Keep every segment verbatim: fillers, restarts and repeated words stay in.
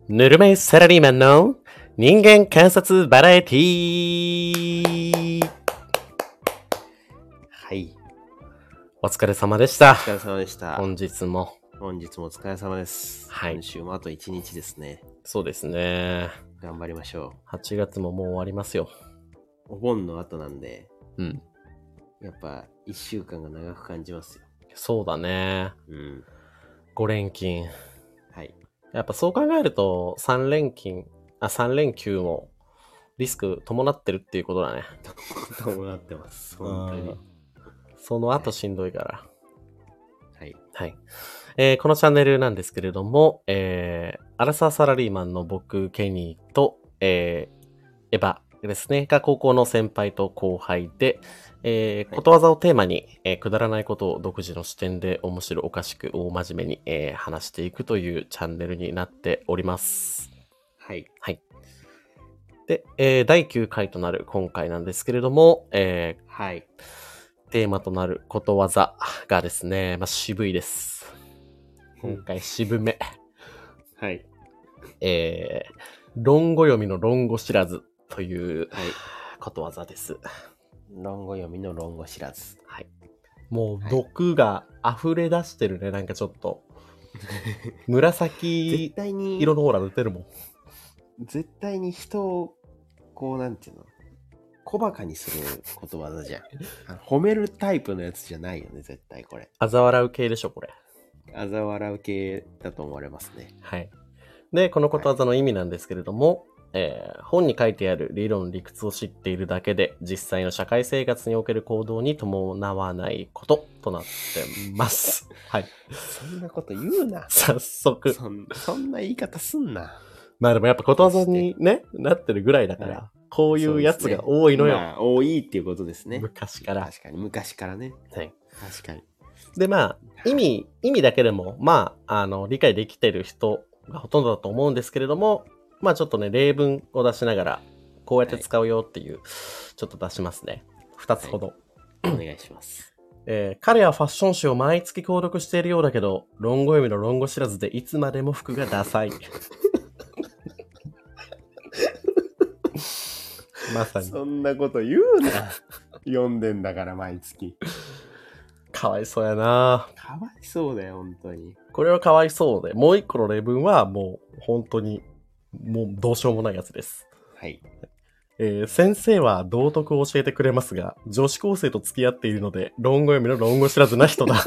ぬるめサラリーマンの人間観察バラエティー。はい。お疲れ様でした。 お疲れ様でした。 本日も。 本日もお疲れ様です。 はい。 今週もあといちにちですね。 そうですね。 頑張りましょう。 はちがつももう終わりますよ。 お盆の後なんで。 うん。 やっぱいっしゅうかんが長く感じますよ。 そうだね。 うん。 ご連勤。 はい。 やっぱそう考えるとさん連勤、あ、さん連休もリスク伴ってるっていうことだね。 伴ってます。本当に。 その後しんどいから。 はい。 はい。えー、このチャンネルなんですけれども、えー、アラサーサラリーマンの僕、ケニーと、えー、エヴァですね、が高校の先輩と後輩で、えー、ことわざをテーマに、えー、くだらないことを独自の視点で面白おかしく大真面目に、えー、話していくというチャンネルになっております。 はい。 はい。で、えー、だいきゅうかいとなる今回なんですけれども、えー、 はい。 テーマとなることわざがですね、まあ、渋いです。今回渋め。 はい。 えー、論語読みの論語知らずという、はい、ことわざです。 論語読みの論語知らず。 はい。もう毒が溢れ出してるね、なんかちょっと。紫色のオーラ出てるもん。 絶対に人を、こうなんていうの小馬鹿にすることわざじゃん。褒めるタイプのやつじゃないよね、絶対これ。 嘲笑う系でしょ、これ。 嘲笑う系だと思われますね。 はい。で、このことわざの意味なんですけれども、はい、えー、本に書いてある理論理屈を知っているだけで、実際の社会生活における行動に伴わないこととなってます。はい。 そんなこと言うな。 早速。 そん、そんな言い方すんな。 まあでもやっぱことわざにね、なってるぐらいだから、はい、こういうやつが多いのよ。 ね、まあ、多いっていうことですね。 昔から。 確かに、昔からね。 はい。 確かに。 で、まあ、意味、意味だけでも、まあ、あの、理解できてる人がほとんどだと思うんですけれども、まあちょっとね、例文を出しながら、こうやって使うよっていう、はい、ちょっと出しますね。二つほど。 はい、お願いします。 えー、彼はファッション誌を毎月購読しているようだけど、論語読みの論語知らずでいつまでも服がダサい。まさに。 そんなこと言うな。読んでんだから毎月。 かわいそうやな。 かわいそうだよ、本当に。 これはかわいそうで、もう一個の例文はもう本当に、もうどうしようもないやつです。 はい。 えー、先生は道徳を教えてくれますが、女子高生と付き合っているので、論語読みの論語知らずな人だ。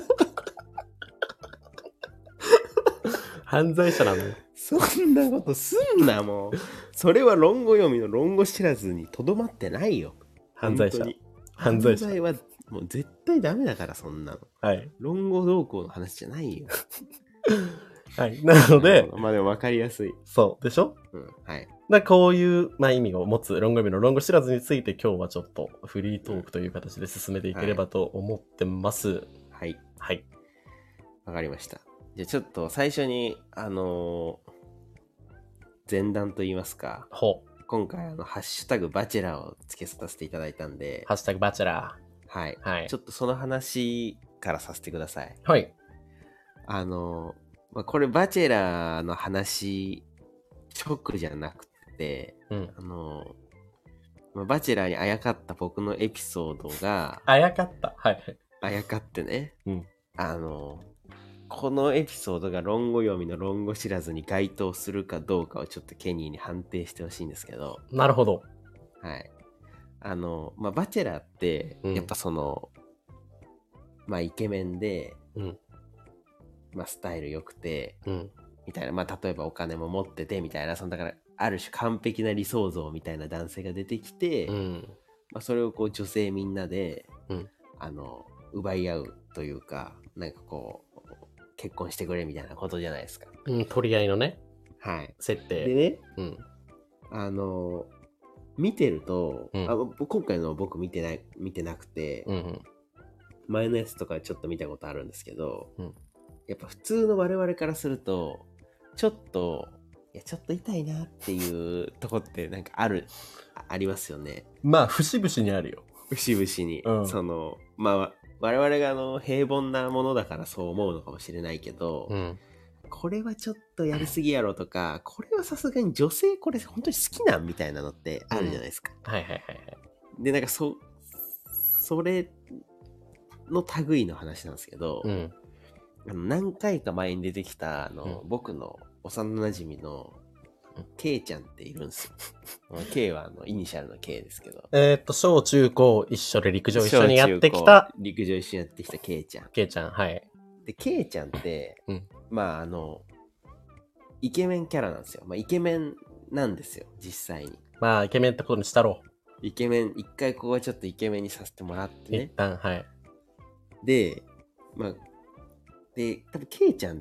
犯罪者なのよ。 そんなことすんな、もう。それは論語読みの論語知らずにとどまってないよ。 犯罪者。 犯罪者。犯罪はもう絶対ダメだから、そんなの。 はい。 論語動向の話じゃないよ。 はい。なので、 まあでも分かりやすい。 そう。でしょ？ うん。はい。 だこういう、まあ、意味を持つ論語読みの論語知らずについて今日はちょっとフリートークという形で進めていければと思ってます。 はい。 はい。 わかりました。じゃあちょっと最初に、あのー、前段と言いますか。 ほう。 今回あの、ハッシュタグバチェラーをつけさせていただいたんで。 ハッシュタグバチェラー。はい。 はい。 ちょっとその話からさせてください。 はい。 あのー、まあ、これバチェラーの話、直じゃなくて、 うん、 あの、まあ、バチェラーにあやかった僕のエピソードが、 あやかった。はい。 あやかってね、 うん、 あの、このエピソードが論語読みの論語知らずに該当するかどうかをちょっとケニーに判定してほしいんですけど。 なるほど。 はい。あの、まあ、バチェラーって、やっぱその、うん、まあ、イケメンで、 うん、 まあ、スタイル良くて、 うん、 みたいな、まあ、例えばお金も持っててみたいな、そのだからある種完璧な理想像みたいな男性が出てきて、うん、まあ、それをこう女性みんなで、うん、あの奪い合うというか、なんかこう結婚してくれみたいなことじゃないですか。 うん、取り合いのね。 はい。 設定。 でね、 うん、 あの見てると、うん、あ今回の僕見てない見てなくて、うんうん、前のやつとかちょっと見たことあるんですけど。うん、やっぱ普通の我々からするとちょっといやちょっと痛いなっていうとこってなんかある あ, ありますよね。 まあ節々にあるよ。 節々に、うん、そのまあ我々があの平凡なものだからそう思うのかもしれないけど、うん、 これはちょっとやりすぎやろとか、これはさすがに女性これ本当に好きなんみたいなのってあるじゃないですか。 うん、はいはいはいはい。 で、なんかそ、それの類の話なんですけど、うん、あの何回か前に出てきた、あの、うん、僕の幼馴染の、K ちゃんっているんですよ。K はあのイニシャルの K ですけど。 えっと、小中高一緒で陸上一緒にやってきた。 陸上一緒にやってきた K ちゃん。 K ちゃん、はい。 で、K ちゃんって、うん、まああの、イケメンキャラなんですよ。まあイケメンなんですよ、実際に。 まあイケメンってことにしたろう。イケメン、一回ここはちょっとイケメンにさせてもらってね。 一旦、はい。 で、まあ、で、多分 K ちゃんって、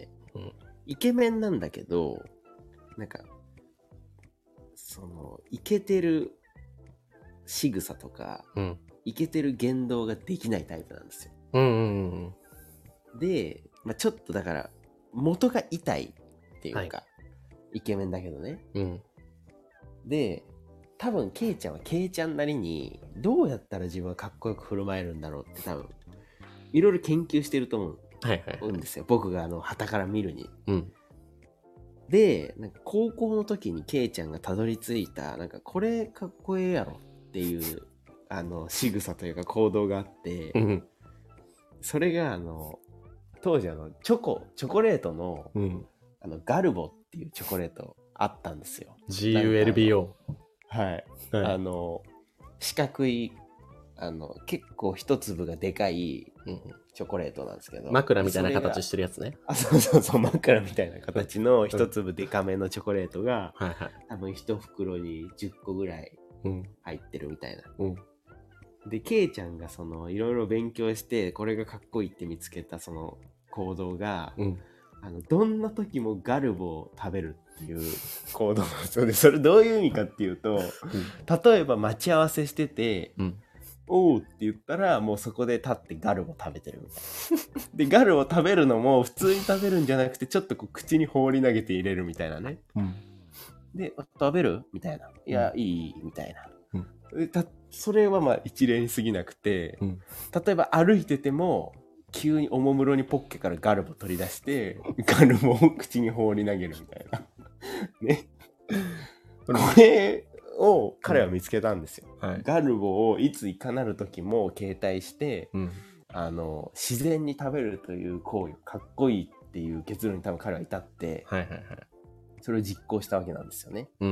うん、イケメンなんだけど、なんか、その、イケてる仕草とか、うん、イケてる言動ができないタイプなんですよ。うんうんうん、で、まあ、ちょっとだから、元が痛いっていうか、はい、イケメンだけどね。うん、で、多分、ケイちゃんはケイちゃんなりに、どうやったら自分はかっこよく振る舞えるんだろうって多分、いろいろ研究してると思う、はいはいはい、んですよ。僕があの、傍から見るに。うんで、なんか高校の時にケイちゃんがたどり着いた、なんかこれかっこええやろっていう、あの、仕草というか行動があって、うん、それがあの、当時あの、チョコ、チョコレートの、うん、あの、ガルボっていうチョコレートあったんですよ。 ジーユーエルビーオー。 はい。はい、あの、四角い、あの、結構一粒がでかい、うんチョコレートなんですけど。 枕みたいな形してるやつね。 あ、そうそうそう、枕みたいな形の一粒でかめのチョコレートが、うん、多分一袋にじゅっこぐらい入ってるみたいな。うん、で、ケイちゃんがその、いろいろ勉強して、これがかっこいいって見つけたその行動が、うん、あの、どんな時もガルボを食べるっていう行動なんですよね。それどういう意味かっていうと、うん、例えば待ち合わせしてて、うんおうって言ったらもうそこで立ってガルを食べてるみたいなでガルを食べるのも普通に食べるんじゃなくてちょっとこう口に放り投げて入れるみたいなね、うん、で食べるみたいないや、うん、いいみたいな、うん、たそれはまあ一例に過ぎなくて、うん、例えば歩いてても急におもむろにポッケからガルボ取り出してガルボを口に放り投げるみたいなねこれを彼は見つけたんですよ、うんはい、ガルボをいついかなる時も携帯して、うん、あの自然に食べるという行為かっこいいっていう結論に多分彼は至って、はいはいはい、それを実行したわけなんですよね、うん、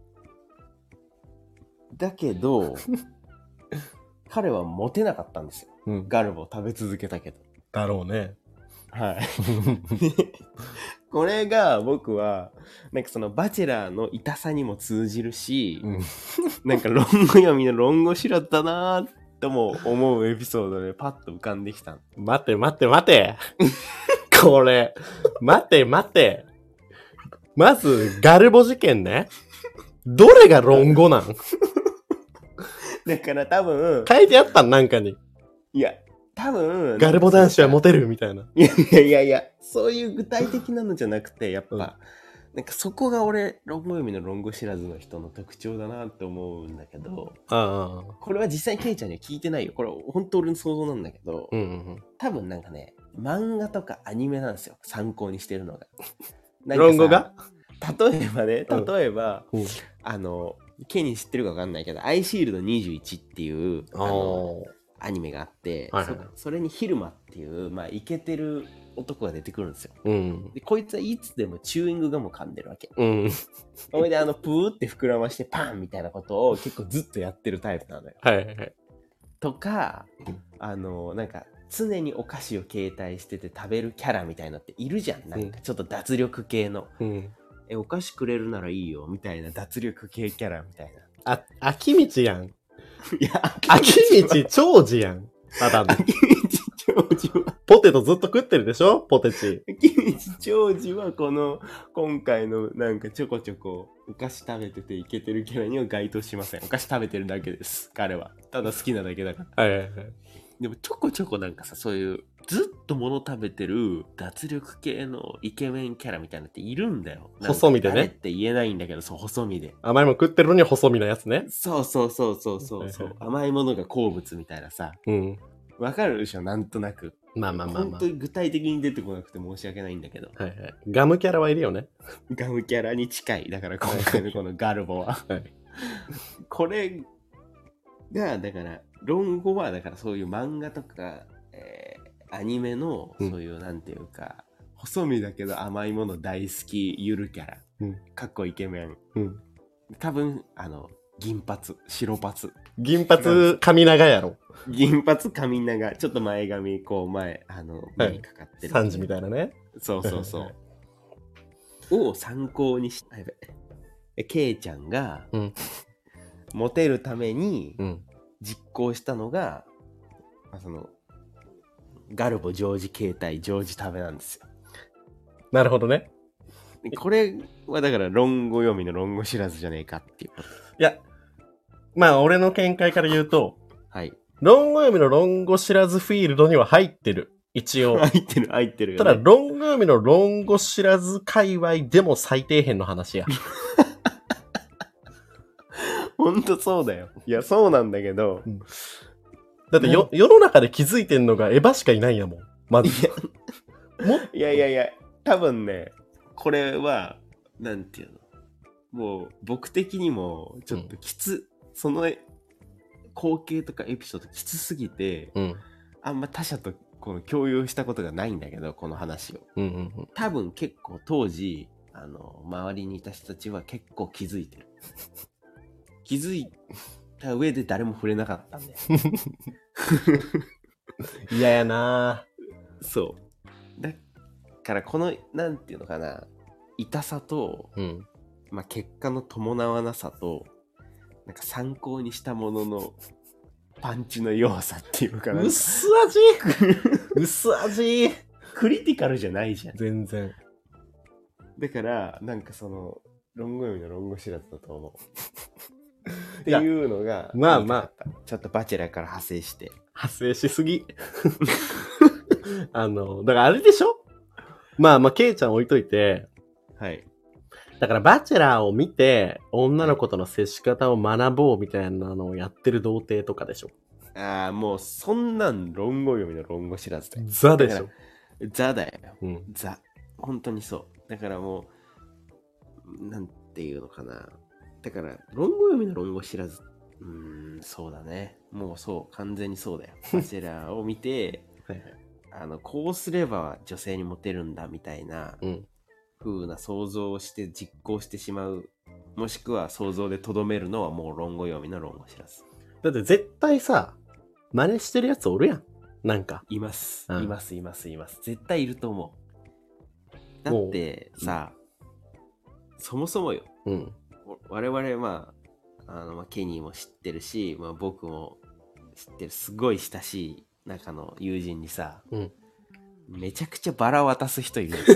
だけど彼はモテなかったんですよ、うん、ガルボを食べ続けたけどだろうねはいこれが僕はなんかそのバチェラーの痛さにも通じるし、うん、なんか論語読みの論語知らったなーとも思うエピソードでパッと浮かんできた。 待って待って待てこれ待て待てまずガルボ事件ねどれが論語なんだから多分書いてあったんなんかにいや多分ガルボ男子はモテるみたいな。 いやいやいやいや、そういう具体的なのじゃなくて、やっぱ、うん、なんかそこが俺、論語読みの論語知らずの人の特徴だなって思うんだけど、ああこれは実際にケイちゃんには聞いてないよ。これ本当俺の想像なんだけど、うんうんうん、多分なんかね、漫画とかアニメなんですよ。参考にしてるのが。 論語が例えばね、例えば、うん、あの、ケイに知ってるか分かんないけど、アイシールドにじゅういちっていう、あの、アニメがあって、はいはい、そ, それにヒルマっていう、まあ、イケてる男が出てくるんですよ、うん、でこいつはいつでもチューイングガムを噛んでるわけ、うん、それであのプーって膨らましてパンみたいなことを結構ずっとやってるタイプなのよ、はいはいはい、とか、うん、あのなんか常にお菓子を携帯してて食べるキャラみたいなのっているじゃん、なんかちょっと脱力系の、うん、えお菓子くれるならいいよみたいな脱力系キャラみたいなあ秋道やんいや、秋道長寿やん。ただの。秋道長寿は。ポテトずっと食ってるでしょポテチ。 秋道長寿はこの、今回のなんかちょこちょこ、お菓子食べててイケてるキャラには該当しません。お菓子食べてるだけです。彼は。ただ好きなだけだから。はいはいはい。でもちょこちょこなんかさ、そういう、ずっと物食べてる脱力系のイケメンキャラみたいなのっているんだよ。 細身でね。誰って言えないんだけど、そう、細身で。 甘いもの食ってるのに細身のやつね。 そうそうそうそうそうそう、はいはい。甘いものが好物みたいなさ。うん。 わかるでしょ、なんとなく。 まあまあまあまあ。 本当に具体的に出てこなくて申し訳ないんだけど。 はいはい。ガムキャラはいるよね。 ガムキャラに近い。だから今回のこのガルボは。はい、これが、だから、論語は、だからそういう漫画とか、えー、アニメの、そういう、なんていうか、うん、細身だけど甘いもの大好きゆるキャラ。うん、かっこイケメン。うん、多分、あの、銀髪、白髪。 銀髪、髪長やろ。 銀髪、髪長。ちょっと前髪、こう前、あの、目にかかってる。 サンジみたいなね。 そうそうそう。を参考にし、あ、やべ。ケイちゃんが、うん、モテるために、実行したのが、うん、その、ガルボジョージ形態、ジョージ食べなんですよ。 なるほどね。 これはだから論語読みの論語知らずじゃねえかっていうこと。 いや、まあ俺の見解から言うと、 はい。 論語読みの論語知らずフィールドには入ってる。一応。 入ってる、入ってるよ、ね。 ただ論語読みの論語知らず界隈でも最底辺の話や。 ほんとそうだよ。いや、そうなんだけど。うん、 だってよ、世の中で気づいてんのがエヴァしかいないんやもん。まず。 いや、もいやいやいや、多分ね、これは、なんていうの。もう、僕的にも、ちょっときつ、うん、その光景とかエピソードきつすぎて、うん、あんま他者とこの共有したことがないんだけど、この話を。うんうんうん、多分結構当時、あの、周りにいた人たちは結構気づいてる。気づいた上で誰も触れなかったんだよ。 嫌やなぁ。そう。だからこの、なんていうのかな、痛さと、うん、まあ、結果の伴わなさと、なんか参考にしたもののパンチの弱さっていうかな。 薄味薄味クリティカルじゃないじゃん。 全然。 だから、なんかその、論語読みの論語知らずだと思う。っていうのが、 まあまあ、 ちょっとバチェラーから派生して。 派生しすぎ。あの、だからあれでしょ？まあまあ、ケイちゃん置いといて、 はい。 だからバチェラーを見て、女の子との接し方を学ぼうみたいなのをやってる童貞とかでしょ。 ああ、もうそんなん論語読みの論語知らずだよ。 ザでしょ。 ザだよ。うん。ザ。本当にそう。だからもう、なんていうのかな。だから、論語読みの論語知らず。うーん、そうだね。もうそう、完全にそうだよ。バチェラーを見て、はいはい、あの、こうすれば女性にモテるんだみたいな、うん、風な想像をして実行してしまう。もしくは想像で留めるのはもう論語読みの論語知らず。 だって絶対さ、真似してるやつおるやん。なんか。 います。うん、います、います、います。絶対いると思う。だってさ、うん、そもそもよ。うん、我々、まあ、あの、まあ、ケニーも知ってるし、まあ、僕も知ってる、すごい親しい中の友人にさ、うん、めちゃくちゃバラ渡す人いる。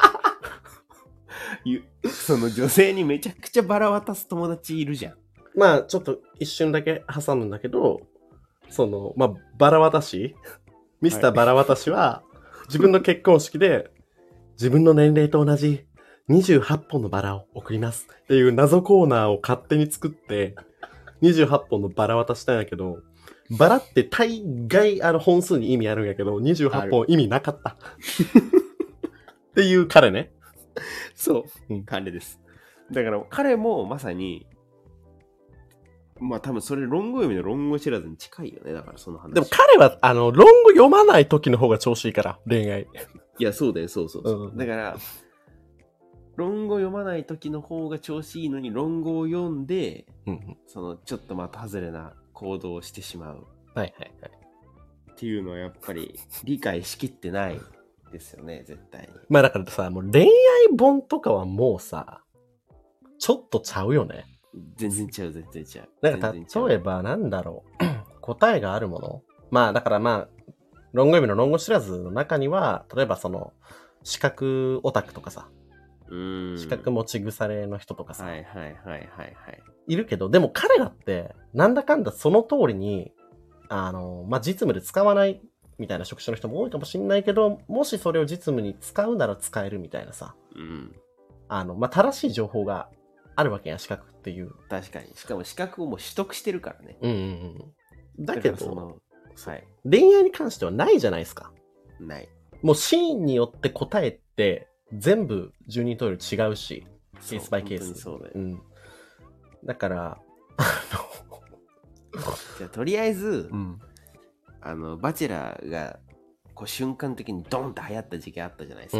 その女性にめちゃくちゃバラ渡す友達いるじゃん。 まあ、ちょっと一瞬だけ挟むんだけど、その、まあ、バラ渡しミスターバラ渡しは、自分の結婚式で、自分の年齢と同じにじゅうはっぽんのバラを送りますっていう謎コーナーを勝手に作って、にじゅうはっぽんのバラ渡したんやけど、バラって大概あの本数に意味あるんやけど、にじゅうはっぽん意味なかった。っていう彼ね。 そう、うん、彼です。だから彼もまさに、まあ多分それ論語読みの論語知らずに近いよね。だからその話。 でも彼はあの論語読まない時の方が調子いいから恋愛。 いやそうだよ、そうそうそう。うん、だから論語読まない時の方が調子いいのに論語を読んで、うん、そのちょっとまた外れな行動をしてしまう。 はいはいはい。 っていうのはやっぱり理解しきってないですよね、絶対に。 まあだからさ、もう恋愛本とかはもうさ、ちょっとちゃうよね。 全然ちゃう、全然ちゃう。 なんか例えばなんだろう。答えがあるもの。まあだからまあ、論語読みの論語知らずの中には、例えばその、資格オタクとかさ、うん資格持ち腐れの人とかさ、 はいはいはいはいはい。 いるけど、でも彼らって、なんだかんだその通りに、あの、まあ、実務で使わないみたいな職種の人も多いかもしれないけど、もしそれを実務に使うなら使えるみたいなさ、うん、あの、まあ、正しい情報があるわけや、資格っていう。 確かに。しかも資格をもう取得してるからね。うんうんうん。だけど、そのはい、恋愛に関してはないじゃないですか。 ない。 もうシーンによって答えって全部じゅうにんトイレ違うし、ケースバイケース。 そうだよ。 うん。だから、 じゃあとりあえず、 うん、 あの、バチェラーがこう瞬間的にドンって流行った時期あったじゃないですか。 うん、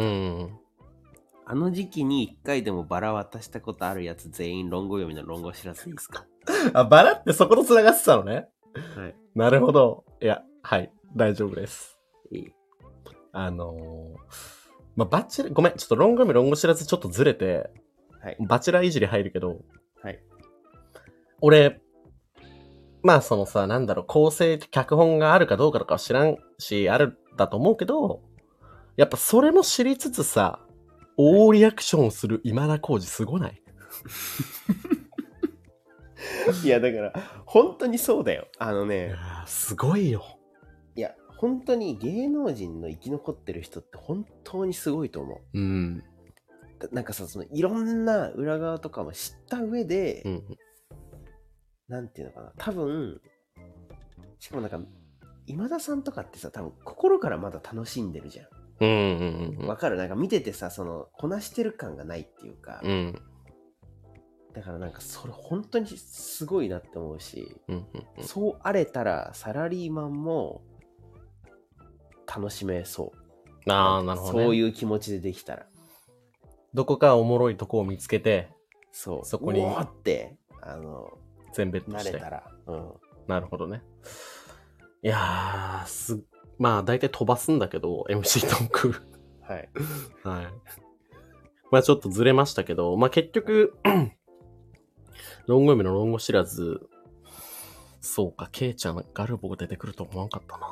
あの時期に一回でもバラ渡したことあるやつ全員論語読みの論語知らずでいいですか？ あ、バラってそこと繋がってたのね。 はい。 なるほど。いや、はい。大丈夫です。 いい。 あのー、まあ、バチェラ、ごめん、ちょっと論語読み論語知らずちょっとずれて、 はい。 バチェラーいじり入るけど、 はい。 俺、まあそのさ、なんだろう、構成、脚本があるかどうかとかは知らんし、あるだと思うけど、やっぱそれも知りつつさ、大リアクションをする今田耕司すごない？ いやだから本当にそうだよ。あのね、 すごいよ。 いや本当に芸能人の生き残ってる人って本当にすごいと思う。うん。 なんかさ、そのいろんな裏側とかも知った上で、うん、なんていうのかな、多分しかもなんか今田さんとかってさ、多分心からまだ楽しんでるじゃん。 うんうんうん。 わかる？なんか見ててさ、そのこなしてる感がないっていうか。 うん。 だからなんかそれ本当にすごいなって思うし、 うんうんうん、 そうあれたらサラリーマンも楽しめそう。 ああ、なるほどね。 そういう気持ちでできたら。 どこかおもろいとこを見つけて、 そう。 そこに。 うわーって、あの、 全ベットして。 慣れたら。うん。 なるほどね。いやー、す、まあ大体飛ばすんだけど、エムシー トーク。 はい。 はい。まあちょっとずれましたけど、まあ結局、論語読みの論語知らず、そうか、ケイちゃんガルボが出てくると思わんかったな。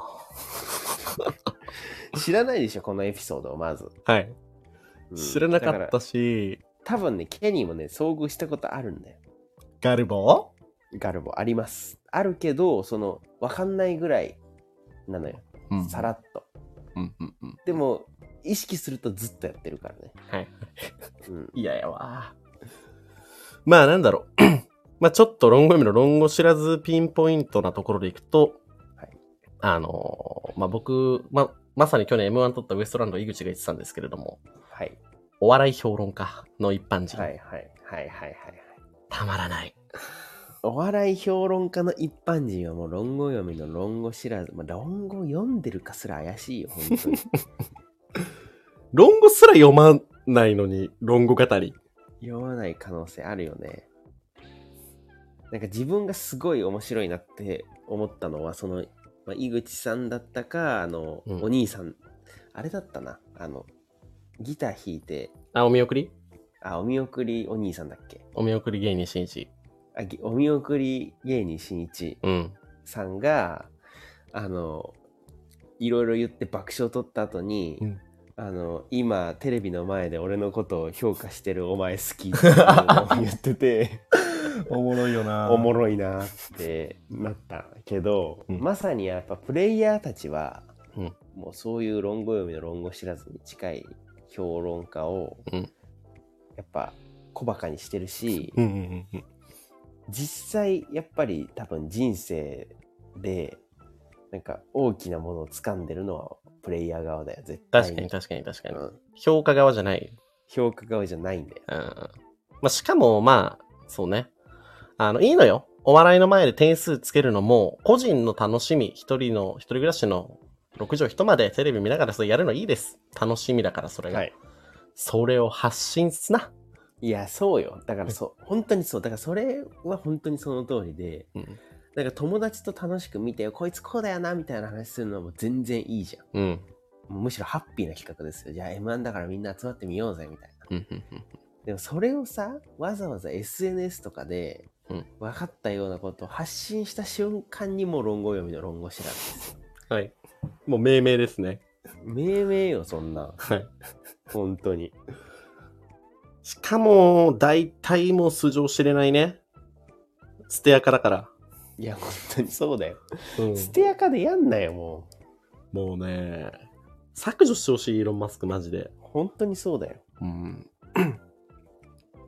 知らないでしょ、このエピソードをまず。 はい。うん、知らなかったし、 多分ね、ケニーもね、遭遇したことあるんだよ。 ガルボ？ ガルボあります。あるけど、その、わかんないぐらいなのよ。うん、さらっと。 うんうんうん、 でも、意識するとずっとやってるからね。 はい。 うん、 いややわ。まあなんだろう。まあちょっと論語読みの論語知らずピンポイントなところでいくと、はい、あのー、まあ僕、ま、まさに去年 エムワン 取ったウエストランド井口が言ってたんですけれども、はい。お笑い評論家の一般人。 はいはいはいはいはい。 たまらない。 お笑い評論家の一般人はもう論語読みの論語知らず、まあ、論語読んでるかすら怪しいよ、本当に。 論語すら読まないのに、論語語り。 読まない可能性あるよね。なんか自分がすごい面白いなって思ったのは、その、まあ、井口さんだったか、あの、うん、お兄さん、あれだったな、あの、ギター弾いて。 あ、お見送り？ あ、お見送りお兄さんだっけ？ お見送り芸人しんいち。 あ、お見送り芸人しんいちさんが、うん、あの、いろいろ言って爆笑取った後に、うん、あの、今テレビの前で俺のことを評価してるお前好きっていうのを言ってて、 おもろいよな。 おもろいなってなったけど、うん、まさにやっぱプレイヤーたちは、うん、もうそういう論語読みの論語知らずに近い評論家を、うん、やっぱ小バカにしてるし、うんうんうんうん、実際やっぱり多分人生でなんか大きなものを掴んでるのはプレイヤー側だよ、絶対に。 確かに確かに確かに、うん、評価側じゃない。 評価側じゃないんだよ、 うん、まあ、しかもまあそうね、あのいいのよ、お笑いの前で点数つけるのも個人の楽しみ、一人の一人暮らしのろくじょう一間でテレビ見ながらそれやるのいいです。楽しみだからそれが、はい、それを発信すな。 いやそうよ、だからそう本当にそう、だからそれは本当にその通りで、うん、なんか友達と楽しく見てよ、こいつこうだよなみたいな話するのも全然いいじゃん、うん、もうむしろハッピーな企画ですよ。じゃあ エムワン だからみんな集まってみようぜみたいな、うん、でもそれをさ、わざわざ エスエヌエス とかで分かったようなことを発信した瞬間にもう論語読みの論語知らずですよ。 はい、もう命名ですね。 命名よそんな。はい。本当に。 しかも大体もう素性知れないね。ステアカだから。 いや本当にそうだよ。うん、ステアカでやんなよもう。もうね、削除してほしいイーロンマスクマジで。 本当にそうだよ。 うん。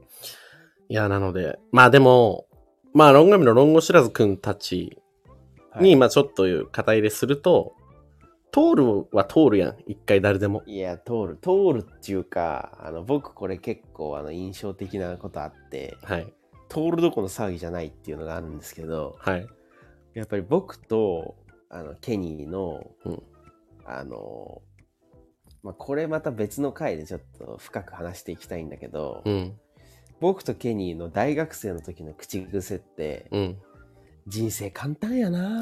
いやなので、まあでも、まあ論語読みの論語知らずくんたちに、まあちょっと肩入れすると、通るは通るやん。一回誰でも。 いや、通る。通るっていうか、あの、僕これ結構あの印象的なことあって、 はい。 通るどこの騒ぎじゃないっていうのがあるんですけど、 はい。 やっぱり僕と、あの、ケニーの、 うん、 あの、まあ、これまた別の回でちょっと深く話していきたいんだけど、 うん、僕とケニーの大学生の時の口癖って、 うん、 人生簡単やな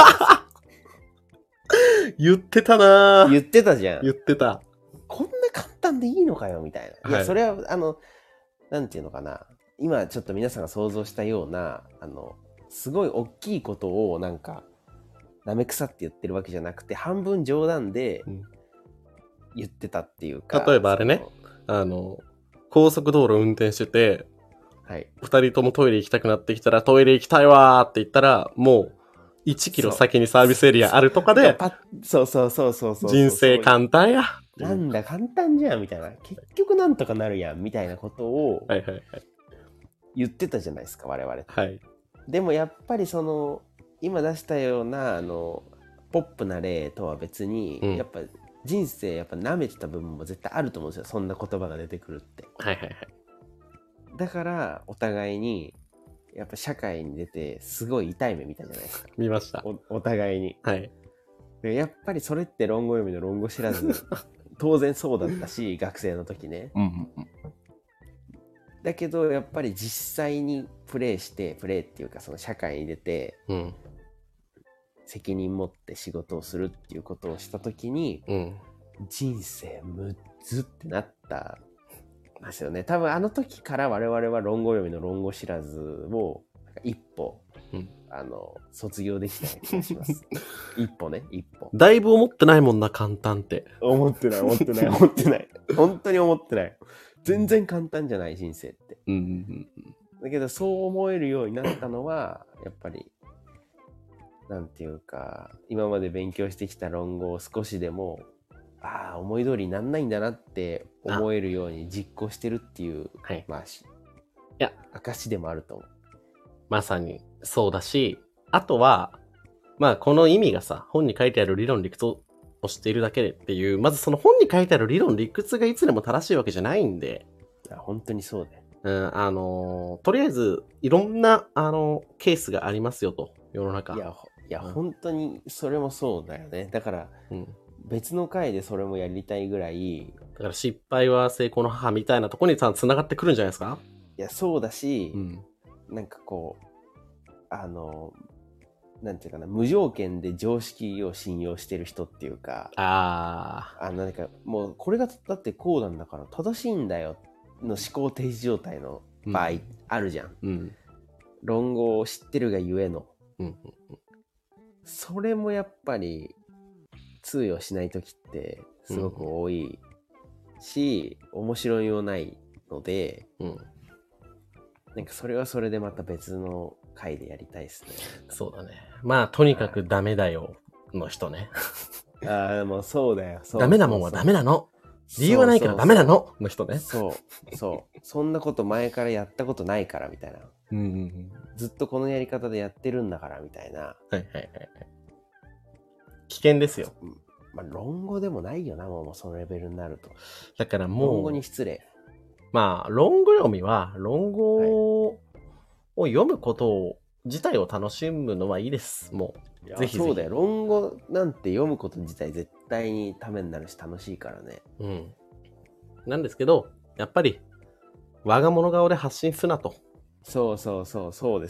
言ってたな言ってたじゃん。 言ってた。 こんな簡単でいいのかよみたいな。いや、それは、あの、なんていうのかな。今ちょっと皆さんが想像したような、あの、すごい大きいことをなんか、なめくさって言ってるわけじゃなくて、半分冗談で言ってたっていうか。 例えばあれね、あの、高速道路運転してて、はい。二人ともトイレ行きたくなってきたら、トイレ行きたいわーって言ったら、もう、いちキロ先にサービスエリアあるとかで、 そうそうそうそうそう。 人生簡単や。 なんだ簡単じゃんみたいな。結局なんとかなるやんみたいなことを言ってたじゃないですか、我々。 はい。 でもやっぱりその、今出したような、あの、ポップな例とは別に、うん、やっぱ人生やっぱ舐めてた部分も絶対あると思うんですよ。そんな言葉が出てくるって。 はいはいはい。 だからお互いにやっぱ社会に出てすごい痛い目見たじゃないですか。 見ました。 お, お互いに。 はい。 でやっぱりそれって論語読みの論語知らず当然そうだったし学生の時ね。うんうんうん、だけどやっぱり実際にプレーしてプレーっていうかその社会に出て、うん、責任持って仕事をするっていうことをした時に、うん、人生むっずってなったですよね。多分あの時から我々は論語読みの論語知らずを一歩、うん、あの卒業できたような気がします。一歩ね、一歩。 だいぶ思ってないもんな、簡単って。 思ってない思ってない思ってない。本当に思ってない。全然簡単じゃない人生って。うんうんうん、だけどそう思えるようになったのはやっぱりなんていうか今まで勉強してきた論語を少しでもああ思い通りになんないんだなって思えるように実行してるっていう、はい、まあしいや証でもあると思う。 まさにそうだし、あとはまあこの意味がさ本に書いてある理論理屈をしているだけでっていう、まずその本に書いてある理論理屈がいつでも正しいわけじゃないんで。 いや本当にそうだよ。 うん、あのとりあえずいろんなあのケースがありますよと世の中。 いやいや、うん、本当にそれもそうだよね。だから。うん別の回でそれもやりたいぐらい。 だから失敗は成功の母みたいなところにつながってくるんじゃないですか。 いやそうだし、うん、なんかこうあのなんていうかな無条件で常識を信用してる人っていうかああなんかもうこれがだってこうなんだから正しいんだよの思考停止状態の場合あるじゃん。うん、論語を知ってるがゆえの、うんうんうん、それもやっぱり通用しない時ってすごく多いし、うん、面白みもないので、うん、なんかそれはそれでまた別の回でやりたいですね。 そうだね。まあとにかくダメだよの人ね。 ああもうそうだよ。そうダメなもんはダメなの。理由はないからダメなのの人ね。 そうそうそんなこと前からやったことないからみたいな。うんうんうん、ずっとこのやり方でやってるんだからみたいな。はいはいはい。 危険ですよ。 まあ、論語でもないよな、もうそのレベルになると。 だからもう。 論語に失礼。 まあ、論語読みは、論語を読むことを、自体を楽しむのはいいです。もう。ぜひぜひ。 そうだよ。論語なんて読むこと自体絶対にためになるし楽しいからね。 うん。なんですけど、やっぱり、我が物顔で発信すなと。 そうそうそうそうです、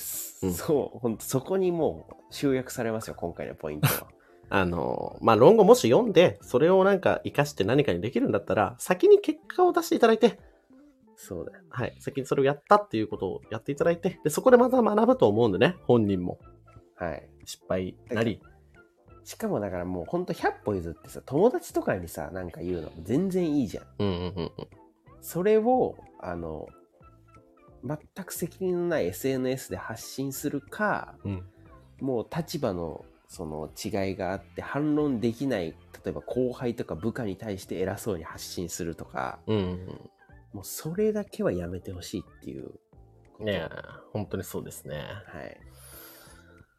うん、そう本当そこにもう集約されますよ今回のポイントは。 あのまあ論語もし読んでそれをなんか活かして何かにできるんだったら先に結果を出していただいて、 そうだよ、 はい、先にそれをやったっていうことをやっていただいて、でそこでまた学ぶと思うんでね、本人も、 はい、 失敗なり。 しかもだからもうほんとひゃっぽ譲ってさ友達とかにさなんか言うの全然いいじゃん。うんうんうんうん、それをあの全く責任のない エスエヌエス で発信するか、うん、もう立場のその違いがあって反論できない例えば後輩とか部下に対して偉そうに発信するとか、うんうん、もうそれだけはやめてほしいっていうねえ本当にそうですね。 はい。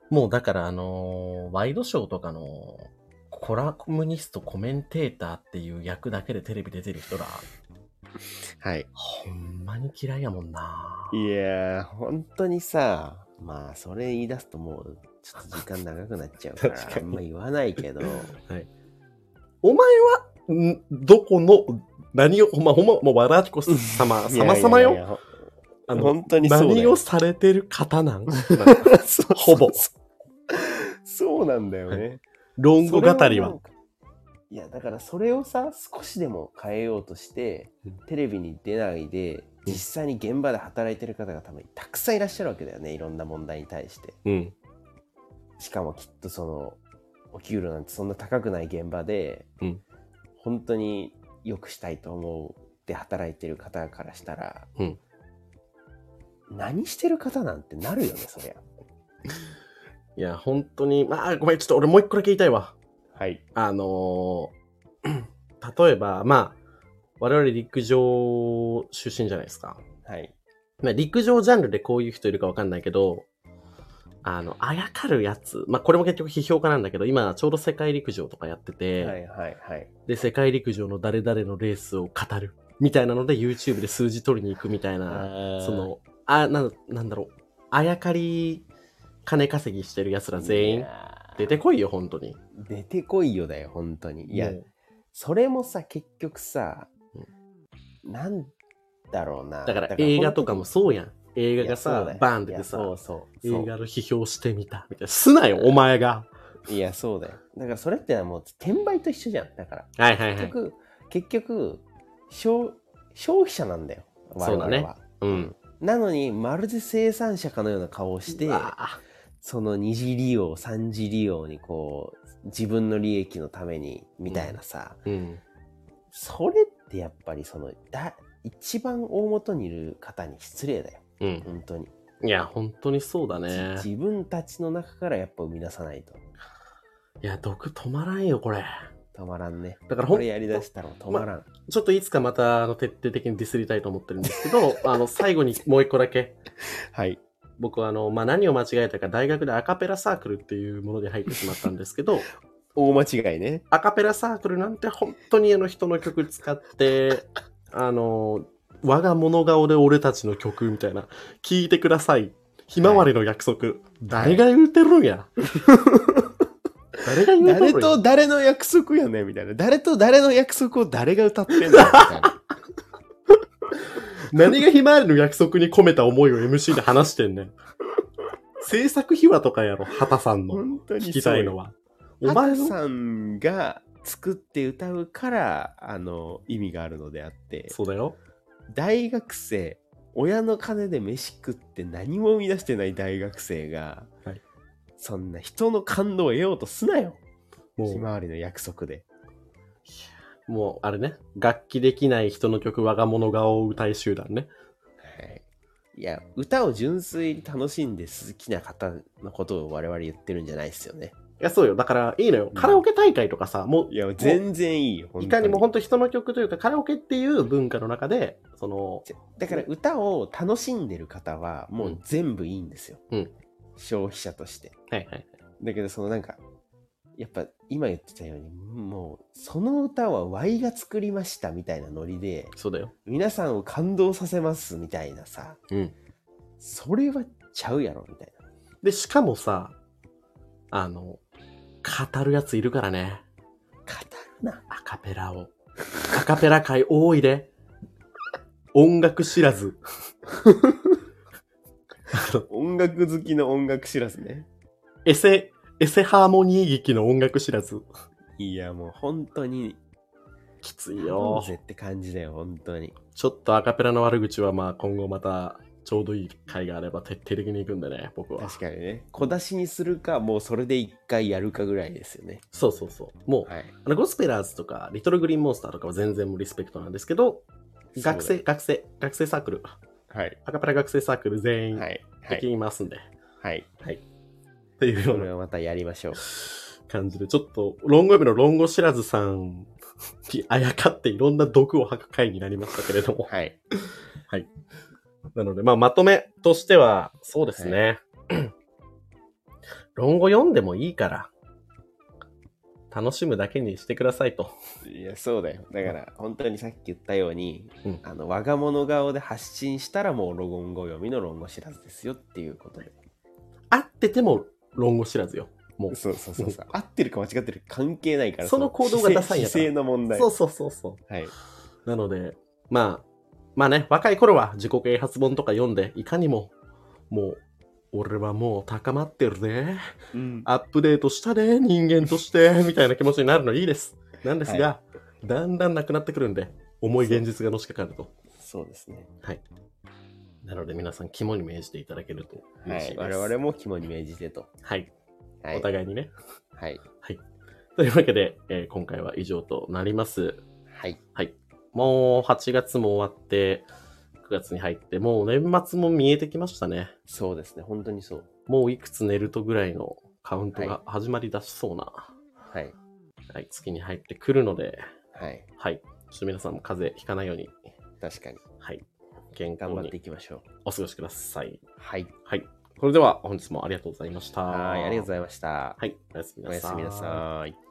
もうだからあのー、ワイドショーとかのコラムニストコメンテーターっていう役だけでテレビ出てる人ら、 はい。 ほんまに嫌いやもんな。 いやー、本当にさ、まあ、それ言い出すともう、ちょっと時間長くなっちゃうから、あんま言わないけど。はい。 お前は、んどこの、何を、ほんま、ほんま、もう、わらきこ様、様様よ。いやいやいやあの、本当にそうだよ。何をされてる方なんほぼ。 そうなんだよね。 はい、論語語りは。 いや、だからそれをさ、少しでも変えようとして、うん、テレビに出ないで、実際に現場で働いてる方が多分たくさんいらっしゃるわけだよね。いろんな問題に対して。うん、しかもきっとその、お給料なんてそんな高くない現場で、うん、本当に良くしたいと思って働いてる方からしたら、うん、何してる方なんてなるよね、そりゃ。 いや、本当に、まあ、ごめん、ちょっと俺もう一個だけ言いたいわ。 はい。 あのー、例えば、まあ、我々陸上出身じゃないですか。 はい。 まあ、陸上ジャンルでこういう人いるかわかんないけど、あの、あやかるやつ。まあ、これも結局批評家なんだけど、今ちょうど世界陸上とかやってて、 はいはいはい。 で、世界陸上の誰々のレースを語る。みたいなので YouTube で数字取りに行くみたいな、その、あ、な、なんだろう。あやかり、金稼ぎしてる奴ら全員、出てこいよ、本当に。 出てこいよだよ、本当に。いや、それもさ、結局さ、うん、なんだろうな。 だから映画とかもそうやん。映画がさ、バーンっててさ、そうそうそう映画の批評してみたみたいな。すなよ、お前が。 いや、そうだよ。だからそれってのはもう転売と一緒じゃん。だから。 はいはいはい。 結局、結局、消、消費者なんだよ。我々は。そうだね。うん。なのに、まるで生産者かのような顔をして、その二次利用、三次利用にこう、自分の利益のために、みたいなさ、うんうん、それってやっぱりその、だ、一番大元にいる方に失礼だよ。うん。本当に。 いや、本当にそうだね。 自分たちの中からやっぱ生み出さないと。 いや、毒止まらんよ、これ。 止まらんね。だからこれやりだしたら止まらん。ま、 ちょっといつかまたあの徹底的にディスりたいと思ってるんですけど、あの、最後にもう一個だけ。 はい。 僕はあの、まあ、何を間違えたか大学でアカペラサークルっていうもので入ってしまったんですけど、 大間違いね。 アカペラサークルなんて本当にあの人の曲使って、あの、我が物顔で俺たちの曲みたいな、聞いてください。ひまわりの約束。はい、誰が言うてるんや。 誰が言うてるんや。誰と誰の約束やねんみたいな。誰と誰の約束を誰が歌ってんのみたいな。 何がひまわりの約束に込めた思いを エムシー で話してんねん。制作秘話とかやろ、畑さんの。本当に聞きたいのは。 お前のさんが作って歌うから、あの、意味があるのであって。 そうだよ。 大学生、親の金で飯食って何も生み出してない大学生が、はい、そんな人の感動を得ようとすなよ。もうひまわりの約束で。 もう、あれね。楽器できない人の曲、我が物顔を歌い集団ね。 はい。いや、歌を純粋に楽しんで好きな方のことを我々言ってるんじゃないですよね。 いや、そうよ。だから、いいのよ。カラオケ大会とかさ、うん、もう。 いや、全然いいよ。 いかにも本当人の曲というか、カラオケっていう文化の中で、その。 だから、歌を楽しんでる方は、もう全部いいんですよ。うん。消費者として。 はいはい。 だけど、そのなんか、やっぱ、今言ってたように、もう、その歌は Y が作りましたみたいなノリで、 そうだよ。 皆さんを感動させますみたいなさ。うん。それはちゃうやろ、みたいな。 で、しかもさ、あの、語るやついるからね。 語るな。 アカペラを。アカペラ界多いで。音楽知らず。 音楽好きの音楽知らずね。 エセ、エセハーモニー劇の音楽知らず。 いや、もう本当に。 きついよ。 ぜって感じだよ、本当に。 ちょっとアカペラの悪口はまあ今後また、ちょうどいい回があれば徹底的に行くんでね、僕は。 確かにね。小出しにするか、もうそれで一回やるかぐらいですよね。 そうそうそう。もう、はい、あのゴスペラーズとか、リトルグリーンモンスターとかは全然リスペクトなんですけど、学生、学生、学生サークル。 はい。 アカペラ学生サークル全員、はい。できますんで。 はい。 はい。っていうような。 これをまたやりましょう。 感じで、ちょっと、ロンゴエブのロンゴ知らずさんにあやかっていろんな毒を吐く回になりましたけれども。 はい。 はい。なので、まあ、まとめとしては、そうですね。はい、 論語読んでもいいから、楽しむだけにしてくださいと。 いや、そうだよ。だから、本当にさっき言ったように、うん、あの、我が物顔で発信したらもう論語読みの論語知らずですよっていうことで。 合ってても論語知らずよ。もう。 そうそうそうそう。合ってるか間違ってるか関係ないから。 その行動がダサいんやから。 姿勢の問題。 そうそうそうそう。 はい。 なので、まあ、まあね、若い頃は自己啓発本とか読んで、いかにも、もう、俺はもう高まってるね、うん、アップデートしたね、人間としてみたいな気持ちになるのいいです。なんですが、はい、だんだんなくなってくるんで、重い現実がのしかかると。 そうですね。 はい。なので皆さん肝に銘じていただけると嬉しいです。 はい、我々も肝に銘じてと。 はい。はい、お互いにね。 はい。 はい。というわけで、えー、今回は以上となります。 はい。 はい。もうはちがつも終わって、くがつに入って、もう年末も見えてきましたね。 そうですね、本当にそう。 もういくつ寝るとぐらいのカウントが始まりだしそうな、 はい。 はい、月に入ってくるので、 はい。 はい。ちょっと皆さんも風邪ひかないように。 確かに。 はい。健康に頑張っていきましょう。 お過ごしください。 はい。 はい。それでは本日もありがとうございました。 はい、ありがとうございました。 はい。おやすみなさい。 おやすみなさい。